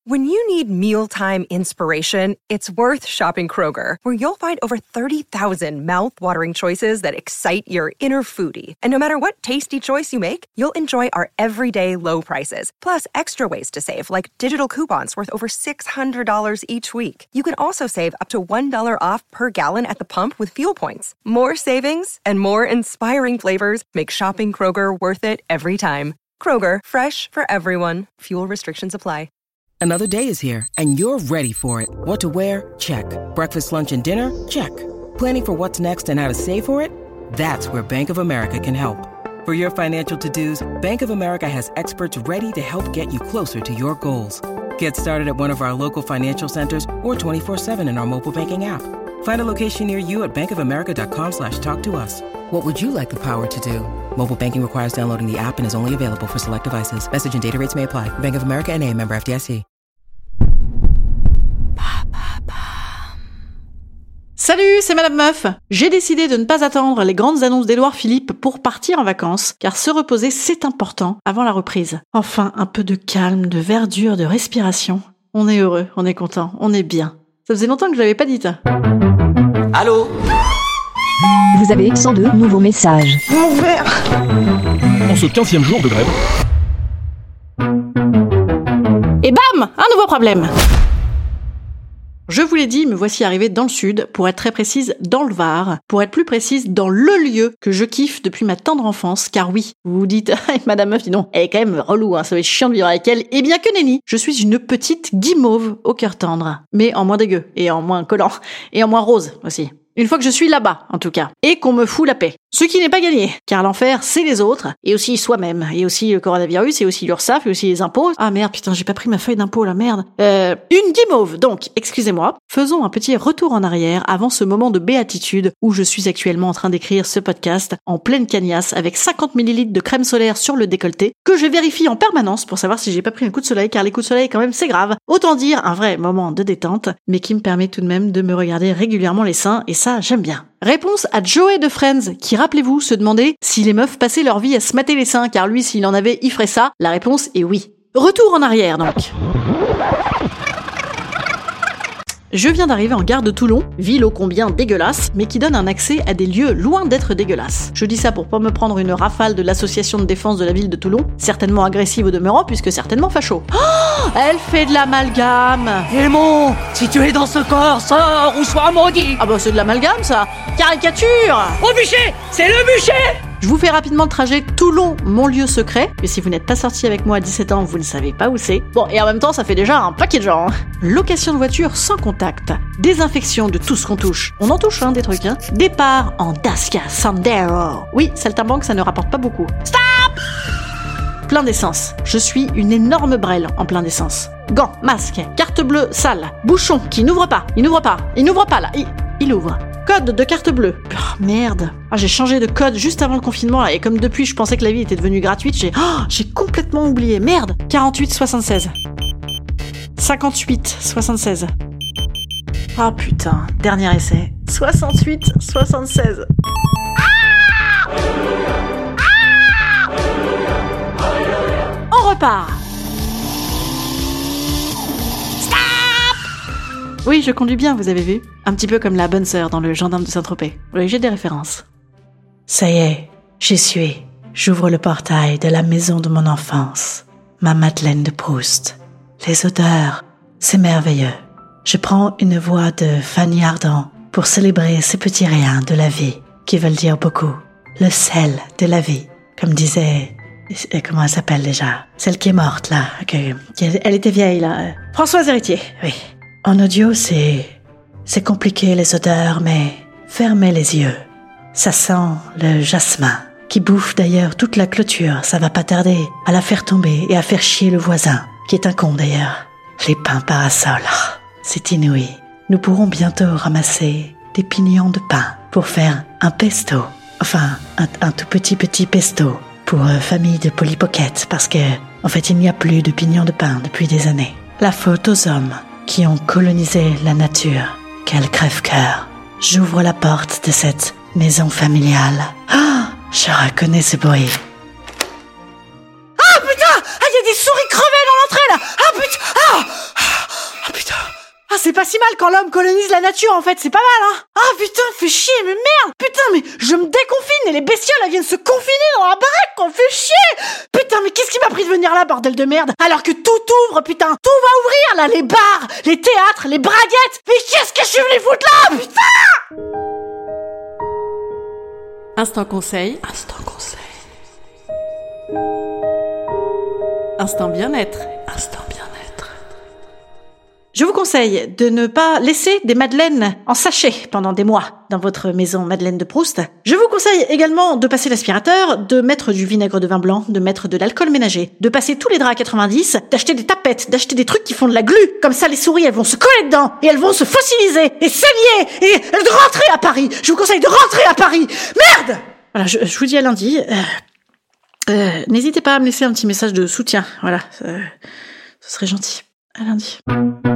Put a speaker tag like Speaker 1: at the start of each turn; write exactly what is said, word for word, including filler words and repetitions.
Speaker 1: When you need mealtime inspiration, it's worth shopping Kroger, where you'll find over thirty thousand mouth-watering choices that excite your inner foodie. And no matter what tasty choice you make, you'll enjoy our everyday low prices, plus extra ways to save, like digital coupons worth over six hundred dollars each week. You can also save up to one dollar off per gallon at the pump with fuel points. More savings and more inspiring flavors make shopping Kroger worth it every time. Kroger, fresh for everyone. Fuel restrictions apply.
Speaker 2: Another day is here, and you're ready for it. What to wear? Check. Breakfast, lunch, and dinner? Check. Planning for what's next and how to save for it? That's where Bank of America can help. For your financial to-dos, Bank of America has experts ready to help get you closer to your goals. Get started at one of our local financial centers or twenty-four seven in our mobile banking app. Find a location near you at bankofamerica.com slash talk to us. What would you like the power to do? Mobile banking requires downloading the app and is only available for select devices. Message and data rates may apply. Bank of America N A, member F D I C.
Speaker 3: Salut, c'est Madame Meuf. J'ai décidé de ne pas attendre les grandes annonces d'Édouard Philippe pour partir en vacances, car se reposer, c'est important avant la reprise. Enfin, un peu de calme, de verdure, de respiration. On est heureux, on est content, on est bien. Ça faisait longtemps que je l'avais pas dit.
Speaker 4: Allô ?
Speaker 5: Vous avez cent deux nouveaux messages.
Speaker 3: Mon verre !
Speaker 6: En ce quinzième jour de grève.
Speaker 3: Et bam ! Un nouveau problème. Je vous l'ai dit, me voici arrivée dans le sud, pour être très précise, dans le Var, pour être plus précise, dans le lieu que je kiffe depuis ma tendre enfance, car oui, vous vous dites, Madame Meuf, dis donc, elle est quand même relou, hein, ça va être chiant de vivre avec elle, et bien que nenni, je suis une petite guimauve au cœur tendre, mais en moins dégueu, et en moins collant, et en moins rose aussi. Une fois que je suis là-bas, en tout cas, et qu'on me fout la paix. Ce qui n'est pas gagné, car l'enfer, c'est les autres, et aussi soi-même, et aussi le coronavirus, et aussi l'URSSAF, et aussi les impôts. Ah merde, putain, j'ai pas pris ma feuille d'impôt, la merde. Euh, une guimauve, donc, excusez-moi. Faisons un petit retour en arrière avant ce moment de béatitude où je suis actuellement en train d'écrire ce podcast en pleine cagnasse avec cinquante millilitres de crème solaire sur le décolleté, que je vérifie en permanence pour savoir si j'ai pas pris un coup de soleil, car les coups de soleil, quand même, c'est grave. Autant dire un vrai moment de détente, mais qui me permet tout de même de me regarder régulièrement les seins, et ça, j'aime bien. Réponse à Joey de Friends, qui, rappelez-vous, se demandait si les meufs passaient leur vie à se mater les seins, car lui, s'il en avait, il ferait ça. La réponse est oui. Retour en arrière, donc. Je viens d'arriver en gare de Toulon, ville ô combien dégueulasse, mais qui donne un accès à des lieux loin d'être dégueulasses. Je dis ça pour pas me prendre une rafale de l'association de défense de la ville de Toulon, certainement agressive au demeurant, puisque certainement facho. Oh, elle fait de l'amalgame.
Speaker 4: Démon, si tu es dans ce corps, sors ou sois maudit.
Speaker 3: Ah bah c'est de l'amalgame ça. Caricature.
Speaker 4: Au bûcher, c'est le bûcher.
Speaker 3: Je vous fais rapidement le trajet Toulon, mon lieu secret, mais si vous n'êtes pas sorti avec moi à dix-sept ans, vous ne savez pas où c'est. Bon, et en même temps, ça fait déjà un paquet de gens. Hein. Location de voiture sans contact, désinfection de tout ce qu'on touche. On en touche, hein, des trucs, hein. Départ en Dacia Sandero. Oui, saltimbanque, ça ne rapporte pas beaucoup. Stop! Plein d'essence. Je suis une énorme brêle en plein d'essence. Gants, masque, carte bleue sale, bouchon qui n'ouvre pas, il n'ouvre pas, il n'ouvre pas là, il, il ouvre. Code de carte bleue. Oh, merde. Ah, j'ai changé de code juste avant le confinement là, et comme depuis je pensais que la vie était devenue gratuite, j'ai oh, j'ai complètement oublié. Merde. quarante-huit soixante-seize. cinquante-huit soixante-seize. Ah oh, putain, dernier essai. soixante-huit soixante-seize. Ah ah On repart. Oui, je conduis bien, vous avez vu. Un petit peu comme la bonne sœur dans Le Gendarme de Saint-Tropez. Oui, j'ai des références. Ça y est, j'y suis. J'ouvre le portail de la maison de mon enfance. Ma Madeleine de Proust. Les odeurs, c'est merveilleux. Je prends une voix de Fanny Ardant pour célébrer ces petits riens de la vie qui veulent dire beaucoup. Le sel de la vie, comme disait... Comment elle s'appelle déjà ? Celle qui est morte, là. Que, elle était vieille, là. Françoise Héritier, oui. En audio, c'est... c'est compliqué les odeurs, mais fermez les yeux. Ça sent le jasmin, qui bouffe d'ailleurs toute la clôture. Ça va pas tarder à la faire tomber et à faire chier le voisin, qui est un con d'ailleurs. Les pins parasols, c'est inouï. Nous pourrons bientôt ramasser des pignons de pin pour faire un pesto. Enfin, un, un tout petit petit pesto pour euh, famille de Polly Pocket, parce que, en fait, il n'y a plus de pignons de pin depuis des années. La faute aux hommes qui ont colonisé la nature. Quel crève-cœur. J'ouvre la porte de cette maison familiale. Ah, je reconnais ce bruit. Ah putain, ah, il y a des souris crevées dans l'entrée là. Ah putain, ah, c'est pas si mal quand l'homme colonise la nature, en fait, c'est pas mal, hein. Ah, putain, fais chier, mais merde. Putain, mais je me déconfine et les bestioles, elles viennent se confiner dans la baraque, qu'on fait chier. Putain, mais qu'est-ce qui m'a pris de venir là, bordel de merde? Alors que tout ouvre, putain, tout va ouvrir, là, les bars, les théâtres, les braguettes. Mais qu'est-ce que je suis venu foutre là, putain?
Speaker 7: Instant conseil. Instant conseil. Instant bien-être. Instant bien-être.
Speaker 3: Je vous conseille de ne pas laisser des madeleines en sachet pendant des mois dans votre maison Madeleine de Proust. Je vous conseille également de passer l'aspirateur, de mettre du vinaigre de vin blanc, de mettre de l'alcool ménager, de passer tous les draps à quatre-vingt-dix, d'acheter des tapettes, d'acheter des trucs qui font de la glu. Comme ça, les souris, elles vont se coller dedans et elles vont se fossiliser et saigner et de rentrer à Paris. Je vous conseille de rentrer à Paris. Merde! Voilà, je, je vous dis à lundi. Euh, euh, n'hésitez pas à me laisser un petit message de soutien. Voilà, euh, ce serait gentil. À lundi.